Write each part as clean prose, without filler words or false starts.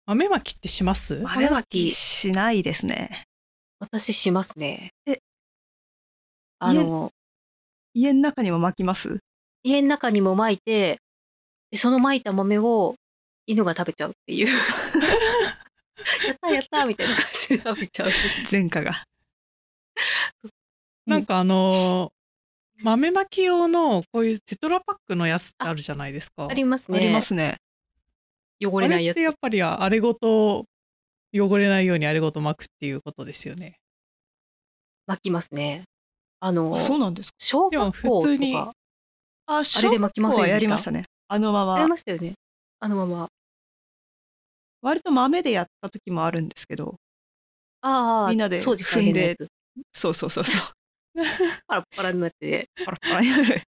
豆まきってします？ 豆まきしないですね。 私しますね。 え、 あの、 家の中にも巻きます？ 家の中にも巻いて、でその巻いた豆を犬が食べちゃうっていう。やったやったみたいな感じで食べちゃう。 前科が。 なんか豆まき用のこういうテトラパックのやつってあるじゃないですか。 ありますね。 ありますね。 汚れないやつ。 あれってやっぱりあれごと汚れないようにあれごと巻くっていうことですよね。 巻きますね。 そうなんですか。 小でも学校普通にとか、 あれで巻きませんでした？ やりましたね。あのまやりま。 ましたよね。あのまま。 割と豆でやった時もあるんですけど、 ああ、 みんなで掃除大変なやつ。 そうそうそうそう。 パラパラになってパラパラになる。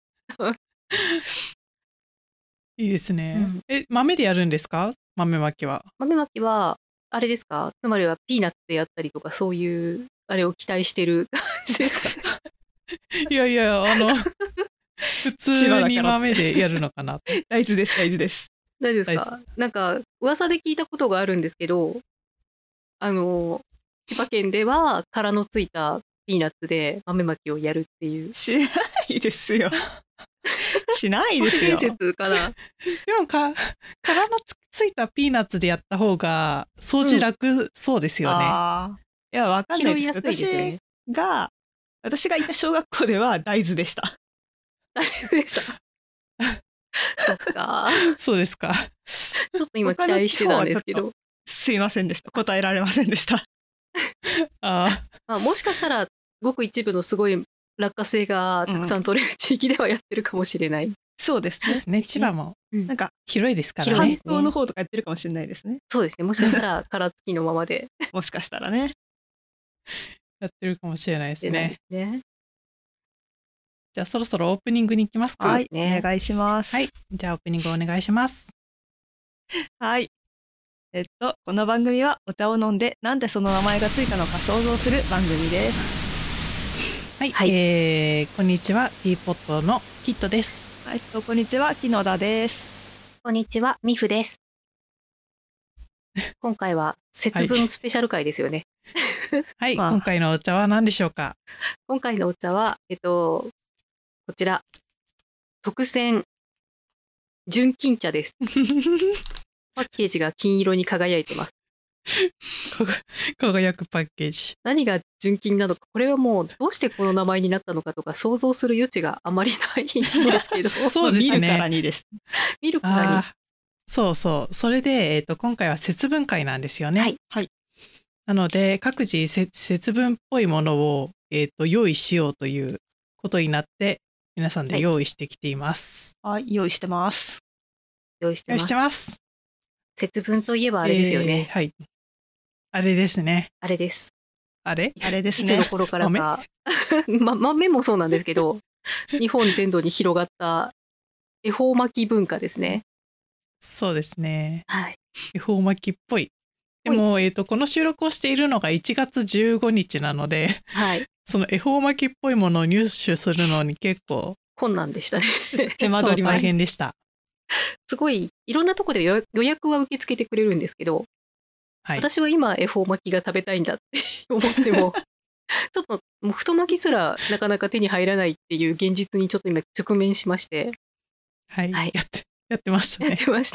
いいですね。豆でやるんですか？豆まきは。 豆まきは、あれですか？つまりはピーナッツでやったりとか、そういう、あれを期待してる感じですか？ いやいや、普通に豆でやるのかな。 大豆です、大豆です。 大丈夫ですか？なんか、噂で聞いたことがあるんですけど、千葉県では殻のついたピーナッツで豆まきをやるっていう。 しないですよ。しないですよ。 伝説かな。 でも殻のついたピーナッツでやった方が掃除楽そうですよね。 いや、わかんないです。 拾いやすいですね。 私がいた小学校では大豆でした。 大豆でした。そっか。 そうですか。 ちょっと今期待してたんですけど。 すいませんでした。答えられませんでした。 もしかしたら、ごく一部のすごい落花生がたくさん取れる地域ではやってるかもしれない。 そうですね。 千葉もなんか広いですからね。 関東の方とかやってるかもしれないですね。 そうですね。もしかしたら殻付きのままで。 もしかしたらね。 やってるかもしれないですね。じゃあそろそろオープニングに行きますか。 はい、お願いします。 はい、じゃあオープニングお願いします。 はい。この番組はお茶を飲んでなんでその名前がついたのか想像する番組です。 はい、こんにちは、ティーポットのキットです。 はい、こんにちは、木野田です。 こんにちは、ミフです。今回は節分スペシャル回ですよね。 はい、今回のお茶は何でしょうか？ 今回のお茶は、こちら、特選純金茶です。パッケージが金色に輝いてます。 輝くパッケージ。 何が純金なのか、これはもうどうしてこの名前になったのかとか想像する余地があまりないんですけど。 そうですね。 見るからにです。 見るからに。 そうそう。それで、今回は節分会なんですよね。 はい。 なので、各自節分っぽいものを、用意しようということになって、皆さんで用意してきています。 はい、用意してます。 用意してます。節分といえばあれですよね。 はい。あれですね。 あれです。 あれですね。 いつの頃からか、豆もそうなんですけど、日本全土に広がった恵方巻き文化ですね。 そうですね。 はい。 恵方巻きっぽい。でも、この収録をしているのが1月15日なので、 はい。 その恵方巻きっぽいものを入手するのに結構困難でしたね。 手間取り大変でした。 すごい、いろんなところで予約は受け付けてくれるんですけど、 はい、 私は今恵方巻きが食べたいんだって思っても、ちょっともう太巻きすらなかなか手に入らないっていう現実にちょっと今直面しまして。 はい。やってましたね。 やってました。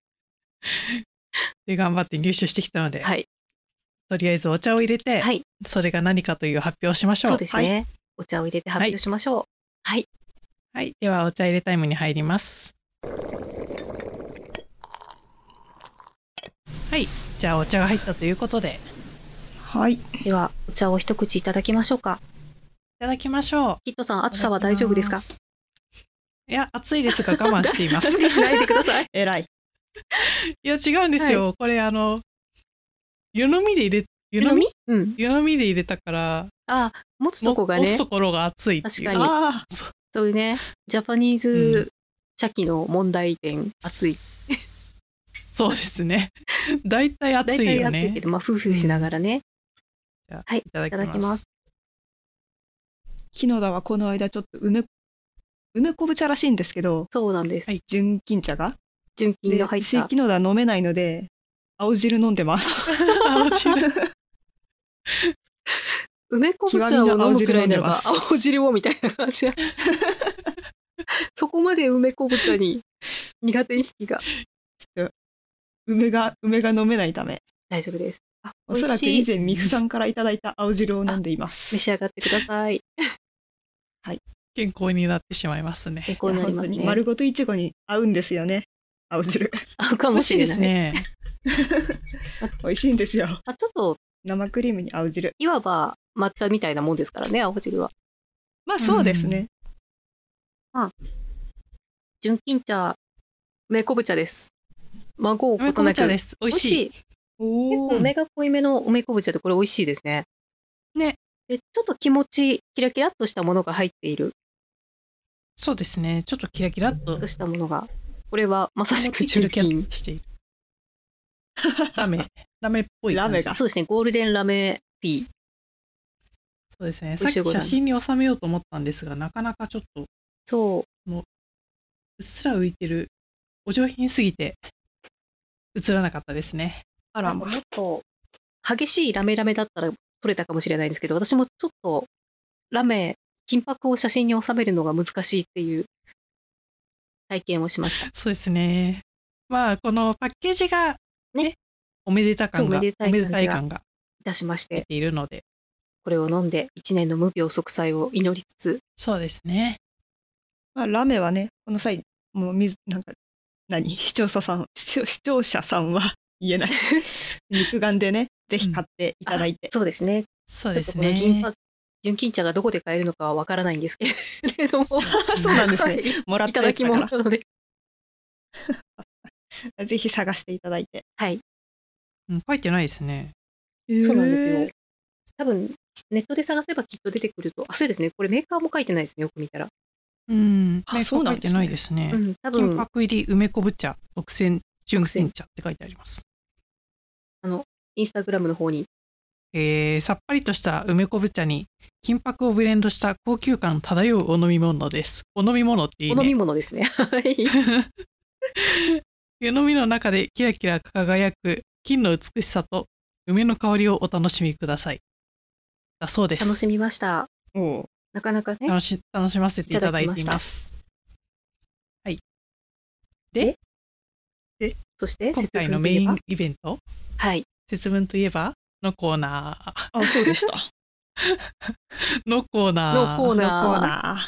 で、頑張って入手してきたので、 はい。 とりあえずお茶を入れて、はい、それが何かという発表をしましょう。 そうですね。はい、お茶を入れて発表しましょう。はい。 はい。では、お茶入れタイムに入ります。はい。じゃあ、お茶が入ったということで。 はい。 では、お茶を一口いただきましょうか。 いただきましょう。 キットさん、暑さは大丈夫ですか？ いや、暑いですが我慢しています。 無理しないでください。 偉い。 いや、違うんですよ。はい、これ、湯飲みで入れ、湯飲みで入れたから、 持つとこがね。 持つところが熱いっていう。 確かに。そういうね、ジャパニーズ茶器の問題点、熱い。 そうですね。大体熱いよね。 大体熱いけど、フーフーしながらね。 はい、いただきます。 木野田はこの間ちょっと梅昆布茶らしいんですけど、 そうなんです。 純金茶が純金の入った。 木野田飲めないので、 青汁飲んでます。 青汁。 梅昆布茶を飲むくらいならば極みの青汁をみたいな感じ。そこまで梅昆布茶に苦手意識が。 梅が飲めないため、 大丈夫です。 おそらく美味しい以前ミフさんからいただいた青汁を飲んでいます召。し上がってください。 健康になってしまいますね。 健康になりますね。 本当に丸ごといちごに合うんですよね、青汁。 合うか美味しいですもしれない。 ね。 美味しいんですよ。 ちょっと生クリームに青汁。 いわば抹茶みたいなもんですからね、青汁は。 まあそうですね。 純金茶、梅昆布茶です。孫を梅昆布茶です。美味しい。 美味しい。結構お梅が濃いめの梅昆布茶でこれ美味しいですね。 ね。 で、ちょっと気持ちキラキラっとしたものが入っているそうですね。ちょっとキラキラっとしたものが、これはまさしくキラキラ純金。 している。ラメっぽい感じ。 ラメがそうですね、ゴールデンラメティー。 そうですね。 美味しいございますさっき写真に収めようと思ったんですが、なかなかちょっとそう。 うっすら浮いてる、お上品すぎて映らなかったですね。 あらまもっと激しいラメラメだったら撮れたかもしれないんですけど、私もちょっとラメ、金箔を写真に収めるのが難しいっていう体験をしました。 そうですね。まあこのパッケージがね、 ねおめでた感が、 そうおめでたい感じが感がいたしまして、 出ているので、 これを飲んで1年の無病息災を祈りつつ、 そうですね。 まあ、ラメはね、この際、もうなんか、視聴者さんは言えない。肉眼でね、ぜひ買っていただいて。 そうですね。 そうですちょっとこの銀ね。 箔純金茶がどこで買えるのかはわからないんですけれども、 そうそうなんですね。 はいもらっいただきたやつだか物なので、 ら、ぜひ探していただいて。 はい、 うん、書いてないですね。 そうなんですよ。多分ネットで探せばきっと出てくると、そうですね。これメーカーも書いてないですね。よく見たら。 うん、 あメーカー書いてそうなんですねないですね。 多金分箔入り梅昆布茶特選純金茶って書いてあります。 インスタグラムの方にさっぱりとした梅昆布茶に金箔をブレンドした高級感漂うお飲み物です。お飲み物っていいお飲みね。 物ですね。はい。 湯飲みの中でキラキラ輝く金の美しさと梅の香りをお楽しみください。だそうです。 楽しみました。 おうなかなかね。 楽しませていただいています。はい。で、 そして今回のメインイベント、 はい。 節分といえばのコーナー。 あ、そうでした。 のコーナー。 のコーナーコーナ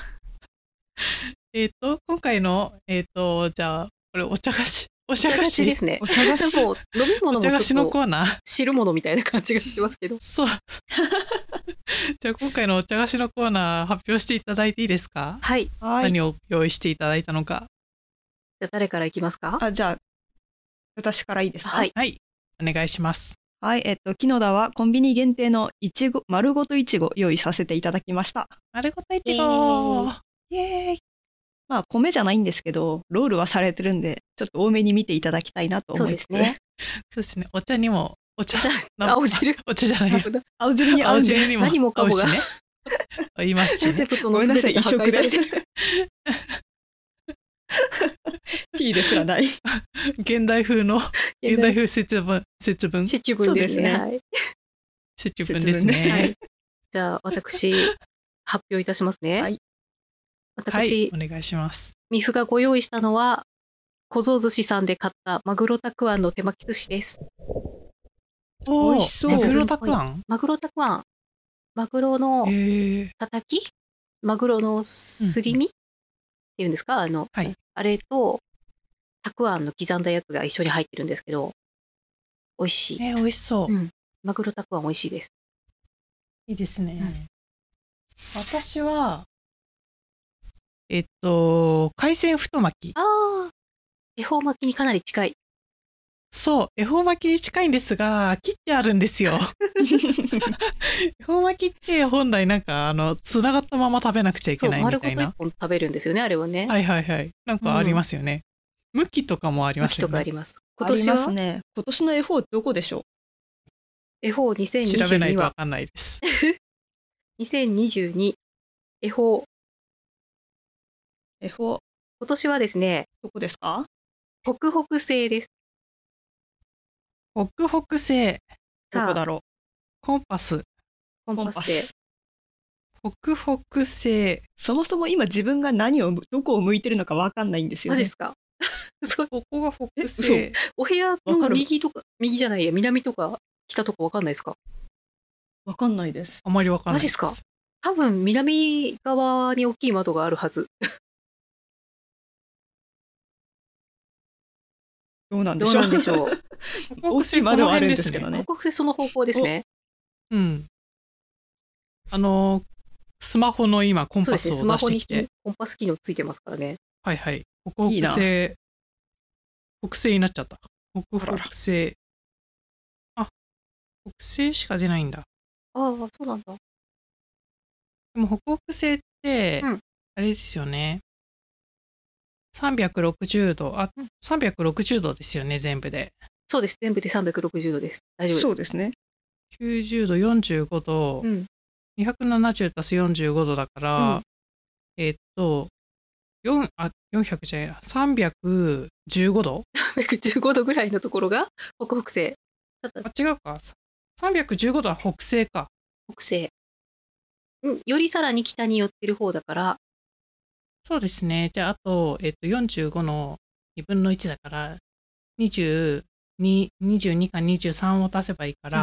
今回の、じゃあ、これお茶菓子。おお茶菓子ですね。 お茶菓子もう飲み物お茶菓子のもちょっとコーナー。 汁物みたいな感じがしてますけど。 そう。じゃあ今回のお茶菓子のコーナー発表していただいていいですか？ はい。じー。はい。 何を用意していただいたのか。 ゃあ誰からいきますか？ じゃあ、私からいいですか？ はい。 はい。お願いします。 はい。木の田はコンビニ限定のいちご、丸ごといちご用意させていただきました。 丸ごといちごイエーイ。 まあ、米じゃないんですけど、ロールはされてるんで、ちょっと多めに見ていただきたいなとそう思いつつ。 ですね。 そうですね。お茶にも、お茶、 青汁。 お茶じゃないよ。 青汁に合うんで。 青汁にも何もかもが合うしね。合いますしコンセね。 プトの全てが破壊されてる。 ティーですらない。 現代風の、現代風節分節分ですね。 そうですねはい。 節分です節分ね。 はい。じゃあ私発表いたしますね。 はい私、 はい、お願いします。 ミフがご用意したのは小僧寿司さんで買ったマグロたくあんの手巻き寿司です。 お美味しそうマグロたくあん。 マグロたくあん、マグロのたたき、マグロのすり身っていうんですか、 はいあれとたくあんの刻んだやつが一緒に入ってるんですけど、美味しい。 美味しそう。 うん、マグロたくあん美味しいです。 いいですね。 うん私は、海鮮太巻き。 ああ、恵方巻きにかなり近い。 そう、恵方巻きに近いんですが、切ってあるんですよ。恵方巻きって本来なんか、つながったまま食べなくちゃいけそう、 ないみ丸ごと一たいな。 本食べるんですよね、あれはね。 はいはいはい。なんかありますよね。向きとかもありま向きとすよね。 かあります。今あり年はますね。今年の恵方どこでしょ恵方調べない 2022はとわかんないです。 2022恵方、 う？恵方今年はですね、 どこですか？ 北北西です。 北北西、 どこだろコンパス、 コンパスで。 北北西、 そもそも今自分がどこを向いてるのかわかんないんですよねマジっす。か？そうここが北嘘西。 お部屋の右とか、右じゃないや、南とか北とかわかんないですか？ わかんないです。 あまりわかんないマジっすか？多分南側に大きい窓があるはず。 どうなんでしょう。 どうなんでしょう。 大きい窓はあるんですけどね。 北北西その方向ですね。 うん。スマホの今コンパスそうですね。スをマホに出してきて、 コンパス機能ついてますからね。 はいはい。北いいな北西、北西になっちゃった。北あらら北西。あ、北西しか出ないんだ。 ああ、そうなんだ。 でも北北西って、 うんあれですよね。360度、 うん 360度ですよね、全部で。 そうです。全部で360度です。大丈夫です。 そうですね。 90度、45度、 うん。 270足す45度だから、 うん 400じゃないや、315度 315度ぐらいのところが北北西。ただあ、違うか。315度は北西か。 北西。うん。よりさらに北に寄ってる方だから、 そうですね。じゃあ、あと、45の2分の1だから、22か23を足せばいいから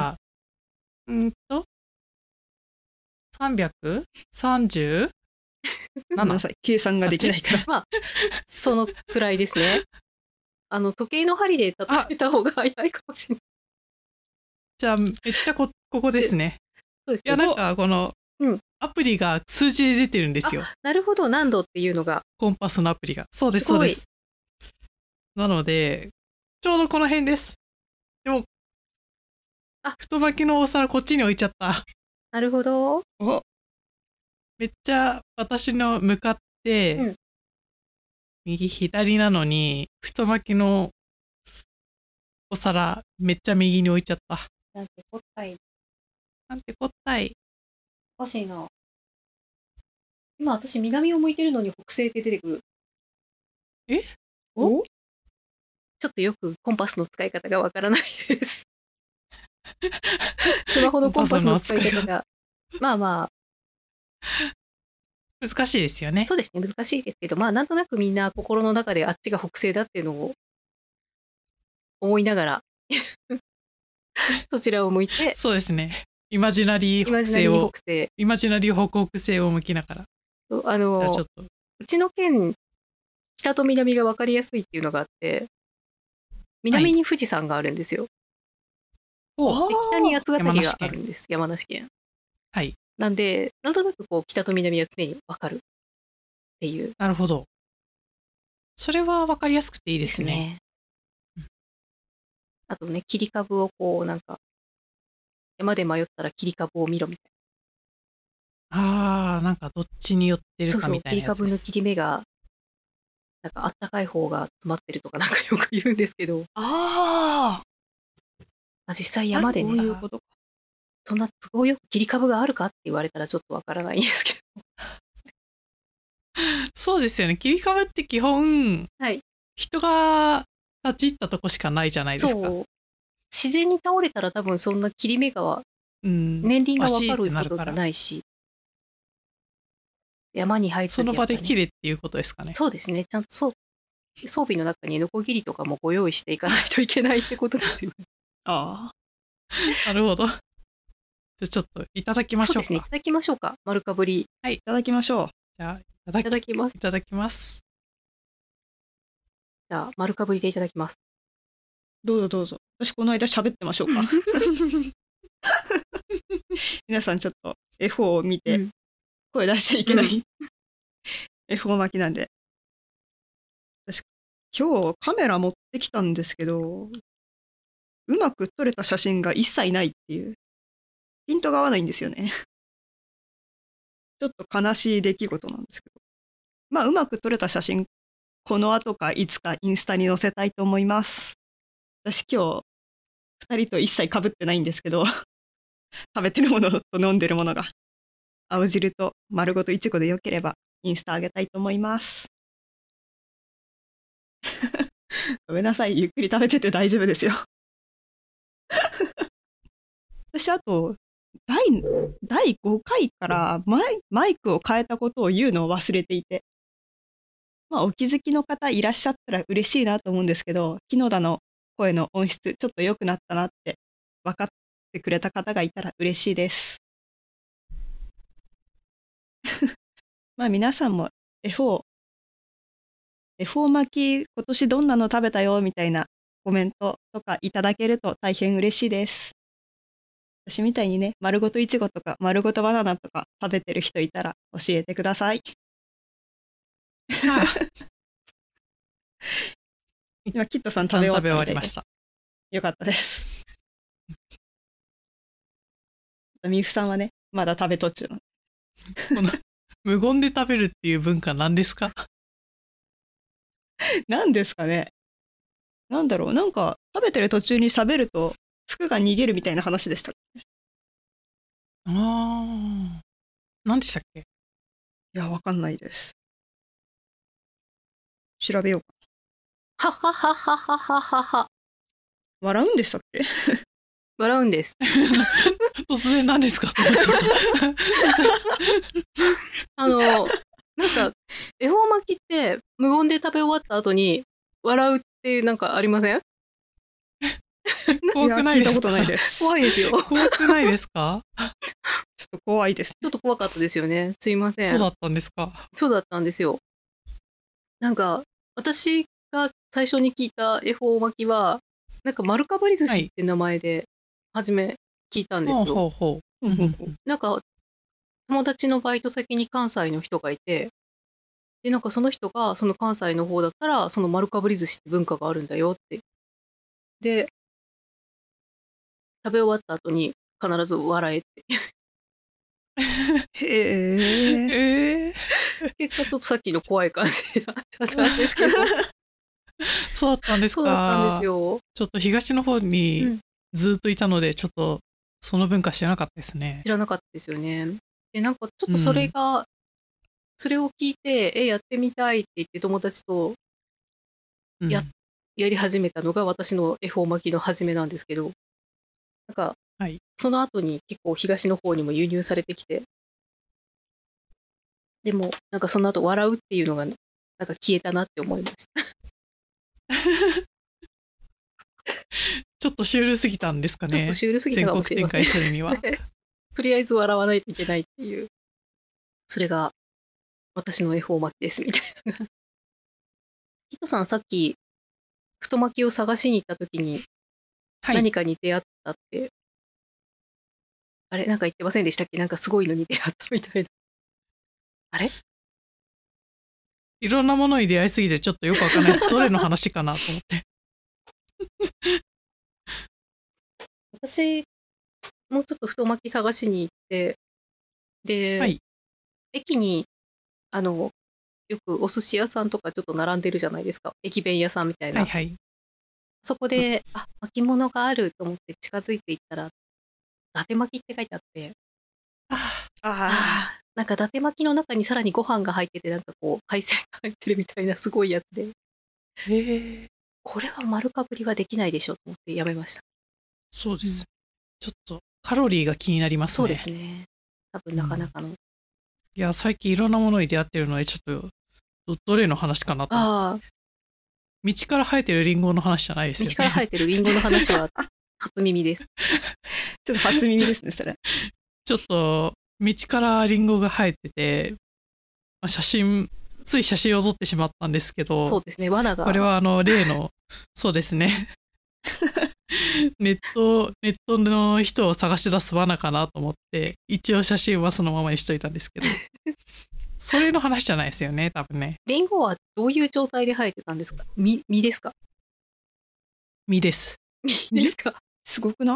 、337? ごめんなさい。計算ができないから。 まあ、そのくらいですね。時計の針で例えた方が早いかもしれない。 じゃあ、めっちゃここですね。 そうですね。 いや、なんか、このうん、 アプリが数字で出てるんですよ。 なるほど、何度っていうのが。 コンパスのアプリが。そうです、 すごいそうです。なので、ちょうどこの辺です。でも、太巻きのお皿こっちに置いちゃった。 なるほど。 お、 めっちゃ私の向かって、 うん右左なのに、太巻きのお皿めっちゃ右に置いちゃった。 なんてこったい。 なんてこったい。 おかしいな。今私南を向いてるのに北西って出てくる。 お、 ちょっとよくコンパスの使い方がわからないです。スマホのコンパスの使い方が。まあまあ、 難しいですよね。 そうですね、難しいですけど、まあなんとなくみんな心の中であっちが北西だっていうのを思いながら、そちらを向いて、 そうですね。イマジナリーイマジナリー北西を、 北西。 イマジナリー北北西を向きながら。 そうじゃあちょっと。 うちの県、北と南が分かりやすいっていうのがあって、南に富士山があるんですよ。 おで北に八ヶ岳が山梨県あるんです、山梨県。 はい。 なんで、なんとなくこう北と南は常に分かるっていうなるほど。それは分かりやすくていいですね。 あとね、切り株をこうなんか、山で迷ったら切り株を見ろみたいあー、なんかどっちに寄ってな。そうそう、 るかみた切りいなやつです。 株の切り目が、なんかあったかい方が詰まってるとかなんかよく言うんですけど、 あ実際山でねこういう、ことか。 そんな都合よく切り株があるかって言われたらちょっとわからないんですけど。 そうですよね。切り株って基本、 はい。 人が立ち入ったとこしかないじゃないですか。 そう。自然に倒れたら多分そんな切り目が、 うん。 年輪がわかるバシッてなことがるからないし、山に入ったその場で切れれっていうことですかね。 そうですね。ちゃんと装備の中にノコギリとかもご用意していかないといけないってことですよね。 あなるほど。じゃあちょっといただきましょうか。 そうですね。いただきましょうか。丸かぶり。 あ、いただきましょう。 じゃあいただきます。 いただきます。 じゃあ、丸かぶりでいただきます。 どうぞどうぞ。私この間喋ってましょうか。皆さんちょっと F を見てうん声出しちゃいけない、F 巻きなんで。私今日カメラ持ってきたんですけど、うまく撮れた写真が一切ないっていう。ピントが合わないんですよね。ちょっと悲しい出来事なんですけど。まあうまく撮れた写真、この後かいつかインスタに載せたいと思います。私今日2人と一切被ってないんですけど、食べてるものと飲んでるものが青汁と丸ごといちごでよければインスタあげたいと思います。ごめんなさい、ゆっくり食べてて大丈夫ですよ。 私あと第5回からマイクを変えたことを言うのを忘れていて、まあ、お気づきの方いらっしゃったら嬉しいなと思うんですけど、木野田の声の音質ちょっと良くなったなって分かってくれた方がいたら嬉しいです。まあ皆さんも恵方巻き今年どんなの食べたよみたいなコメントとかいただけると大変嬉しいです。私みたいにね、丸ごといちごとか丸ごとバナナとか食べてる人いたら教えてください。今キットさん食べ終わりました。よかったです。みゆさんはね、まだ食べ途中の。 この無言で食べるっていう文化何ですか？ 何ですかね。なんだろう、なんか食べてる途中に喋ると服が逃げるみたいな話でした。 何でしたっけ？ いや、わかんないです。調べようか。 はははははははは。 笑うんでしたっけ？ 笑うんです。 突然何ですか？と思っちゃったなんか恵方巻きって無言で食べ終わった後に笑うってなんかありません？ 怖くないですか？ 聞いたことないです。 怖いですよ。 怖くないですか？ ちょっと怖いです。 ちょっと怖かったですよね。すいません。 そうだったんですか？ そうだったんですよ。なんか私が最初に聞いた恵方巻きはなんか丸かぶり寿司って名前で初め聞いたんですよ。 ほうほう。 なんか友達のバイト先に関西の人がいて、でなんかその人がその関西の方だったらその丸かぶり寿司って文化があるんだよって。で食べ終わった後に必ず笑えって。 へえ。 結果ちょっとさっきの怖い感じになっちゃったんですけど。 そうだったんですか？ そうだったんですよ。 ちょっと東の方にずっといたので、ちょっとその文化知らなかったですね。 知らなかったですよね。でなんかちょっとそれを聞いてやってみたいって言って友達とやり始めたのが私の恵方巻きの始めなんですけど、なんか、その後に結構東の方にも輸入されてきて、でもなんかその後笑うっていうのがなんか消えたなって思いました。 ちょっとシュールすぎたんですかね。 ちょっとシュールすぎたかもしれません。 全国展開するには。 とりあえず笑わないといけないっていう、それが私の恵方巻きですみたいな。ヒトさんさっき太巻きを探しに行った時に何かに出会ったって、あれなんか言ってませんでしたっけ？なんかすごいのに出会ったみたいな。あれ？ いろんなものに出会いすぎてちょっとよくわかんないです。どれの話かなと思って。 私もうちょっと太巻き探しに行って、で、駅によくお寿司屋さんとかちょっと並んでるじゃないですか。駅弁屋さんみたいな。そこで、巻物があると思って近づいていったら、伊達巻きって書いてあって、なんか伊達巻きの中にさらにご飯が入ってて、なんかこう海鮮が入ってるみたいなすごいやつで、これは丸かぶりはできないでしょと思ってやめました。 そうです。ちょっとカロリーが気になりますね。 そうですね。多分なかなかの。 いや、最近いろんなものに出会ってるので、ちょっとどれの話かなと。道から生えてるリンゴの話じゃないですよね。 道から生えてるリンゴの話は初耳です。 ちょっと初耳ですね、それ。 ちょっと道からリンゴが生えてて、つい写真を撮ってしまったんですけど、 そうですね、罠が。 これは例の、そうですね。ネットの人を探し出す罠かなと思って、一応写真はそのままにしといたんですけど、それの話じゃないですよね、多分ね。 リンゴはどういう状態で生えてたんですか？実ですか？ 実です。 実ですか？ すごくない？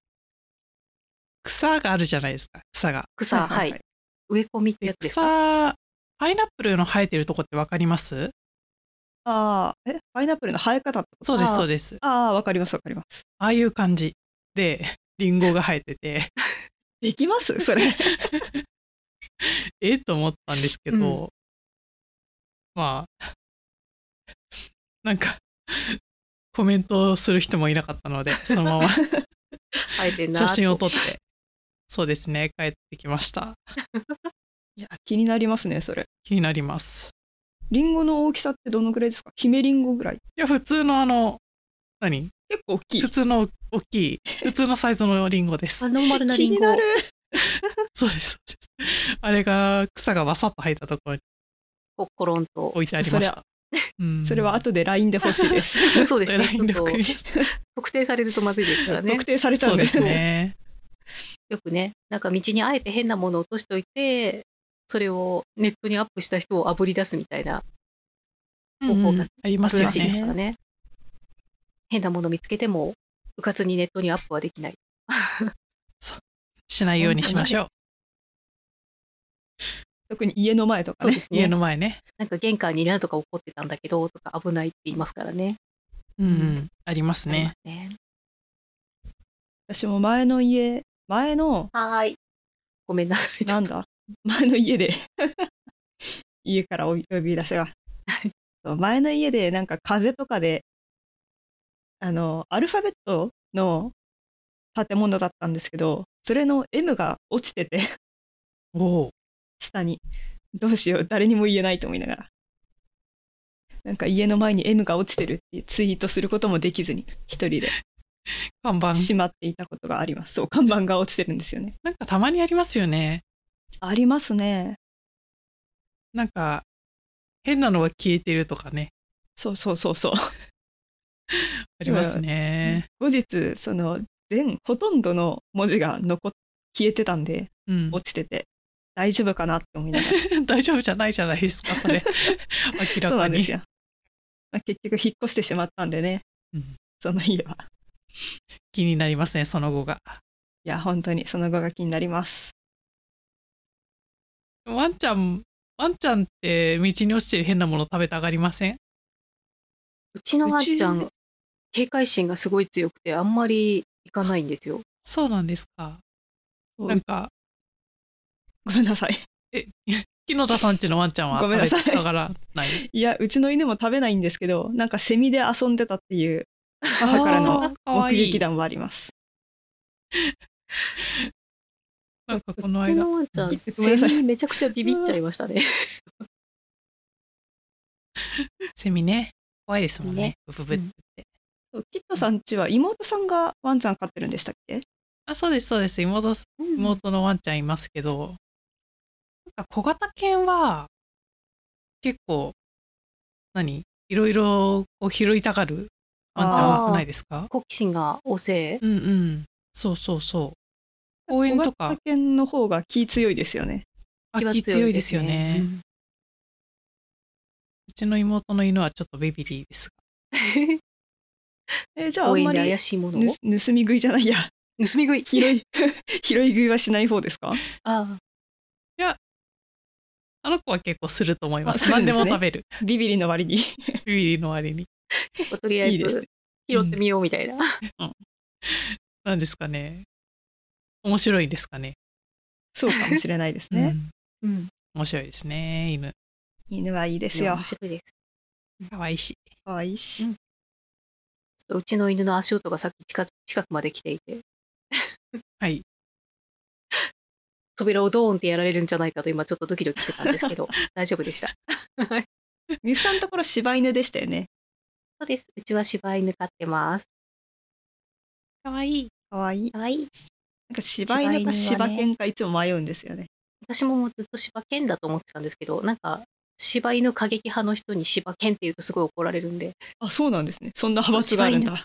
草があるじゃないですか、草が。 はい。植え込みってやつですか？ パイナップルの生えてるとこってわかります？ パイナップルの生え方ってこと？ そうです、そうです。 わかります、わかります。 ああいう感じで、リンゴが生えてて。 できますそれ。 と思ったんですけど、まあ、なんか、コメントする人もいなかったので、そのまま。 はえてんな写真をと。 撮って、そうですね、帰ってきました。 いや、気になりますね、それ。 気になります。 リンゴの大きさってどのぐらいですか？姫リンゴぐらい？ いや、普通の何結構大きい。 普通の大きい、普通のサイズのリンゴです。 ノーマルなリンゴ。 気になる。 そうです、そうです。あれが草がわさっと生えたところにコロンと。 置いてありました。 それは後で LINE で欲しいです。 そうですね。 LINE でちょっと送ります。 特定されるとまずいですからね特。定されちゃそううんでですすね。 ね。 よくね、なんか道にあえて変なものを落としといて、それをネットにアップした人をあぶり出すみたいな方法がありますよあるらしいですね。 からね。変なもの見つけても、うかつにネットにアップはできない。 しないようにしましょう。 特に家の前とかね。 そうですね。 家の前ね。 なんか玄関に何とか起こってたんだけど、とか危ないって言いますからね。 ありますね。 ありますね。 私も前のはーい。ごめんなさい。 なんだ前の家で家から呼び出しがそう前の家でなんか風とかでアルファベットの建物だったんですけど、それの M が落ちてておお。 下にどうしよう、誰にも言えないと思いながら、なんか家の前に M が落ちてるってツイートすることもできずに一人で看板。 しまっていたことがあります。そう、看板が落ちてるんですよね。 なんかたまにありますよね。 ありますね。 なんか変なのが消えてるとかね。 そうそうそうそう。 ありますね。 後日ほとんどの文字が消えてたんで、 うん。 落ちてて大丈夫かなって思いながら大丈夫じゃないじゃないですか、それ。明らかに。 そうなんですよ。まあ結局引っ越してしまったんでね、 うんその家は。 気になりますね、その後が。 いや、本当にその後が気になります。 ワンちゃんって道に落ちてる変なもの食べたがりません？ うちのワンちゃうん、警戒心がすごい強くて、あんまり行かないんですよ。 そうなんですか。なんか、 ごめんなさい。 木野田さんちのワンちゃんはごめんなさい食べたがらない。 いや、うちの犬も食べないんですけど、なんかセミで遊んでたっていう母からのあーかわいい目撃談はあります。 なんかこのうち間、 のワンちゃん、 ごめんセなさいミにめちゃくちゃビビっちゃいましたね。 セミね、怖いですもんねね。 ブブブって。 そうキットさんちは妹さんがワンちゃん飼ってるんでしたっけ？ あ、そうです、そうです。妹のワンちゃんいますけど、なんか小型犬は結構、いろいろこう拾いたがるワンちゃん多くないですか？ 好奇心が旺盛。 うんうん。そうそうそう。公園とか小型、犬の方が気強いですよね。 気強いですよね。 うんうちの妹の犬はちょっとベビリーですじゃああんまり公園で怪しいものを盗み食いじゃないや。 盗み食い。 拾い拾い食いはしない方ですか？ あが。あの子は結構すると思います。何あするんでねですも食べる。 ビビリの割に。 ビビリの割に。 あ、とりあえずいいですね。 拾ってみようみたいな。 なんですかね。面白いんですかね。 そうかもしれないですね。 うん。 面白いですね、犬。 犬はいいですよ面。白いです。 可愛いし。 可愛いし。 うんうちの犬の足音がさっき近くまで来ていて、 はい。 扉をドーンってやられるんじゃないかと今ちょっとドキドキしてたんですけど、大丈夫でした。 ミュさんのところ柴犬でしたよね。 そうです。うちは柴犬飼ってます。 可愛い。 可愛い。 かわいい。 なんか柴犬か柴犬かいつも迷うんですよね。 私もずっと柴犬だと思ってたんですけど、なんか柴犬過激派の人に柴犬って言うとすごい怒られるんで、 あ、そうなんですね。そんな派閥があるんだ。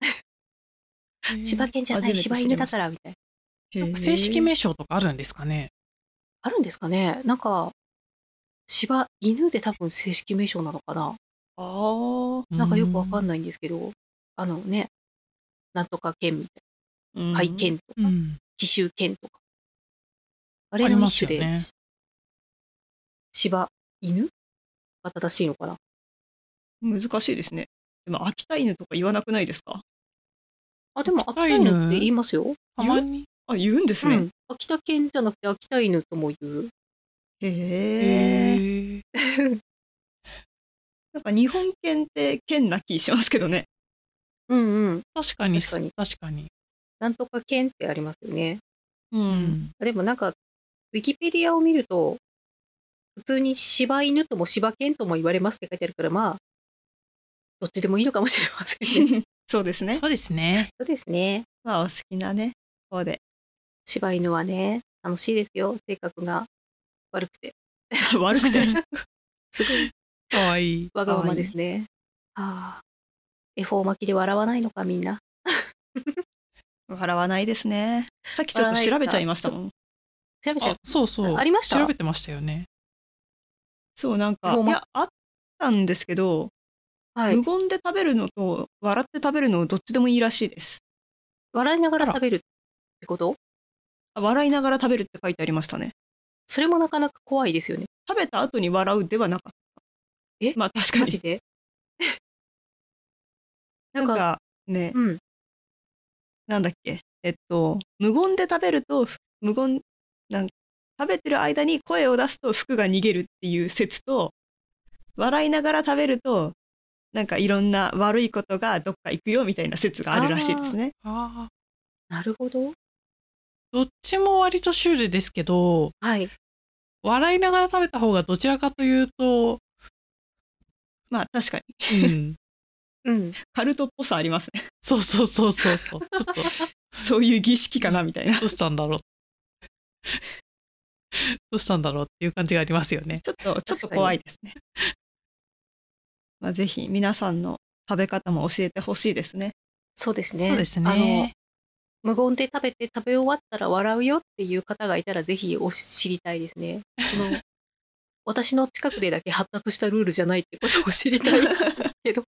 柴犬じゃない、柴初めて知りました犬だからみたいな。 へー正式名称とかあるんですかね。 あるんですかね。なんか、柴犬で多分正式名称なのかな。 あーなんかよくわかんい。 ないんですけど、なんとか犬みたいうんな。甲斐犬とか、 うん。 奇襲犬とか。あありれの一ますよね種で、柴犬が正しいのかな。 難しいですね。でも秋田犬とか言わなくないですか？ あ、でも秋田秋田犬犬って言いますよ。 たまに。 あ、言うんですね。 うん。秋田犬じゃなくて秋田犬とも言う。 へえ。 へえ。 なんか日本犬って犬な気しますけどね。 うんうん。 確かに、 確かに確かに。 なんとか犬ってありますよね。 う。 うんん。 でもなんか、ウィキペディアを見ると、普通に柴犬とも柴犬とも言われますって書いてあるから、まあ、どっちでもいいのかもしれませんね。 そうですね。 そうですね。 そうですね。 まあ、お好きなね、方で。 柴犬はね、楽しいですよ。性格が悪くて。 悪くて。 すごいかわいい。 わがままですね。ああ。恵方巻きで笑わないのか、みんな。 笑わないですね。さっきちょっと調べちゃいましたもん。 あ調べちゃう。、 そうそう。 ありました調べてましたよね。 そう、なんか、 ほんまいや、あったんですけど、 はい無。言で食べるのと笑って食べるのどっちでもいいらしいです。 笑いながら食べるってこと笑いながら食べるって書いてありましたね。 それもなかなか怖いですよね。 食べた後に笑うではなかった。 えまあ確かに。 マジでなんか、 なんかね、 うん。 なんだっけ。無言で食べると、無言、なん食べてる間に声を出すと服が逃げるっていう説と、笑いながら食べると、なんかいろんな悪いことがどっか行くよみたいな説があるらしいですね。 ああ。 なるほど。 どっちも割とシュールですけど、 はい。 笑いながら食べた方がどちらかというと、 まあ確かに。 うん。 うん。 カルトっぽさありますね。 そうそうそうそうそう。ちょっと、 そういう儀式かなみたいな。 どうしたんだろう。どうしたんだろうっていう感じがありますよね。 ちょっと怖いですね。まあ、ぜひ皆さんの食べ方も教えてほしいですね。 そうですね。 そうですね。 無言で食べ終わったら笑うよっていう方がいたらぜひ知りたいですね。私の近くでだけ発達したルールじゃないってことを知りたいけど。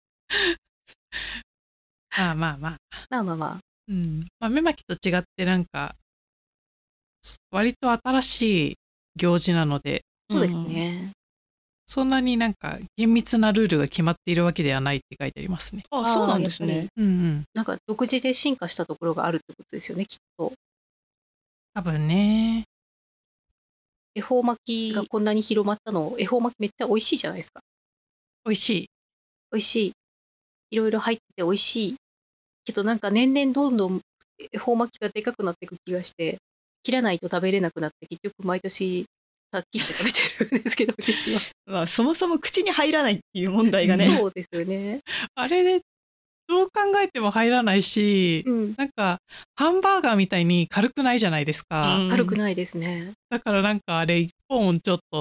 まあまあまあ。 まあまあまあ。 うん。まあ、目巻きと違ってなんか、割と新しい行事なので、 そうですね。 そんなになんか厳密なルールが決まっているわけではないって書いてありますね。 あ、そうなんですやっぱりね。 うんうん。 なんか独自で進化したところがあるってことですよね、きっと。 多分ね。 恵方巻きがこんなに広まったの、恵方巻きめっちゃ美味しいじゃないですか。 美味しい。 美味しい。いろいろ入ってて美味しい。けどなんか年々どんどん恵方巻きがでかくなっていく気がして、切らないと食べれなくなって結局毎年切って食べてるんですけど、実は。 まあ、そもそも口に入らないっていう問題がね。 そうですよね。 あれでどう考えても入らないし、 うん。 なんかハンバーガーみたいに軽くないじゃないですか。 うん軽くないですね。 だからなんかあれ一本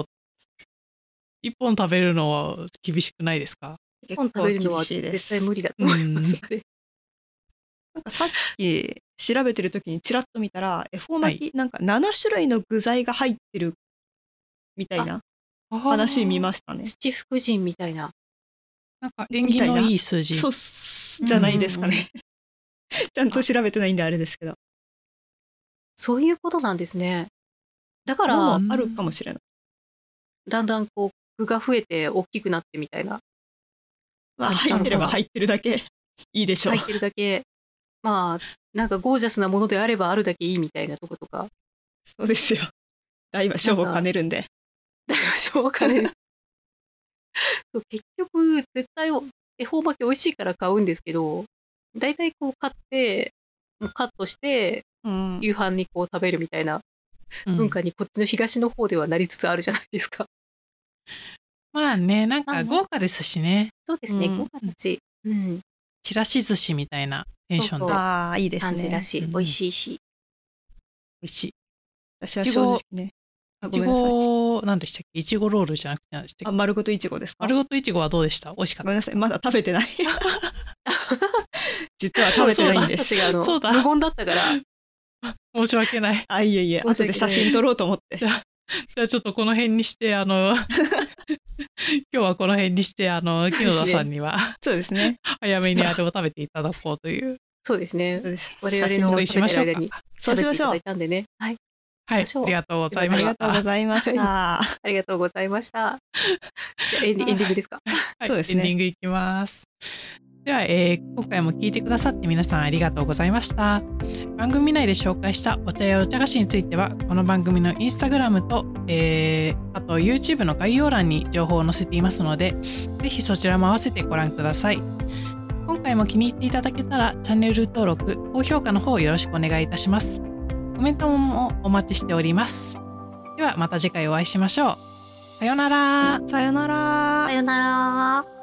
食べるのは厳しくないですか？ 一本食べるのは結構厳しいです絶対無理だと思います。あれなんかさっき調べてる時にちらっと見たら、恵方巻き、なんか7種類の具材が入ってるみたいな話見ましたね。 七福神みたいな。 なんか縁起のいい数字。 そうじゃないですかね。ちゃんと調べてないんであれですけど。 そういうことなんですね。だかでら、 もあるかもしれない。 だんだんこう、具が増えて大きくなってみたいな。 まあ、 感じなのかな入ってれば入ってるだけいいでしょう。 入ってるだけ、まあ、なんかゴージャスなものであればあるだけいいみたいなとことか。 そうですよ。大は小を兼ねるんで。 大丈夫しょうかね。そう結局、絶対恵方巻き美味しいから買うんですけど、大体こう買って、もうカットして、 うん。 夕飯にこう食べるみたいなうん文化にこっちの東の方ではなりつつあるじゃないですか。 まあね、なんか豪華ですしね。 そうですね、 うん豪華だし、うん、 ちらし寿司みたいなテンションでそうそうああ、いいです感じだね。 し、 うん美味しいし。 美味しい。 私は正直ね。あいちごめんなさい。 ご、なんでしたっけ？いちごロールじゃなくて何でしたっけ？ 丸ごといちごですか？ 丸ごといちごはどうでした？美味しかった。 ごめんなさい。まだ食べてない。実は食べてないんです。 私たちがそうだ無言だったから、 申し訳ない。 あ、いえいえ。後で写真撮ろうと思って。 じゃあちょっとこの辺にして、今日はこの辺にして、木野田さんにはそうですね。 早めにあれを食べていただこうという。 そうですね。我々 写真のお送りしましょうか。 食べてる間にそうしましょう喋っていただい。たんでね。はい。 はい、 しましょうありがとうございました。 ありがとうございました。 ありがとうございました。じゃあエンディングですか？ はい、 そうですねエンディングいきます。では、今回も聞いてくださって皆さんありがとうございました。番組内で紹介したお茶やお茶菓子については、この番組のインスタグラムと、あと YouTube の概要欄に情報を載せていますので、ぜひそちらも合わせてご覧ください。今今回も気に入っていただけたらチャンネル登録、高評価の方よろしくお願いいたします。コメントもお待ちしております。ではまた次回お会いしましょう。さようなら。 さよなら。 さよなら。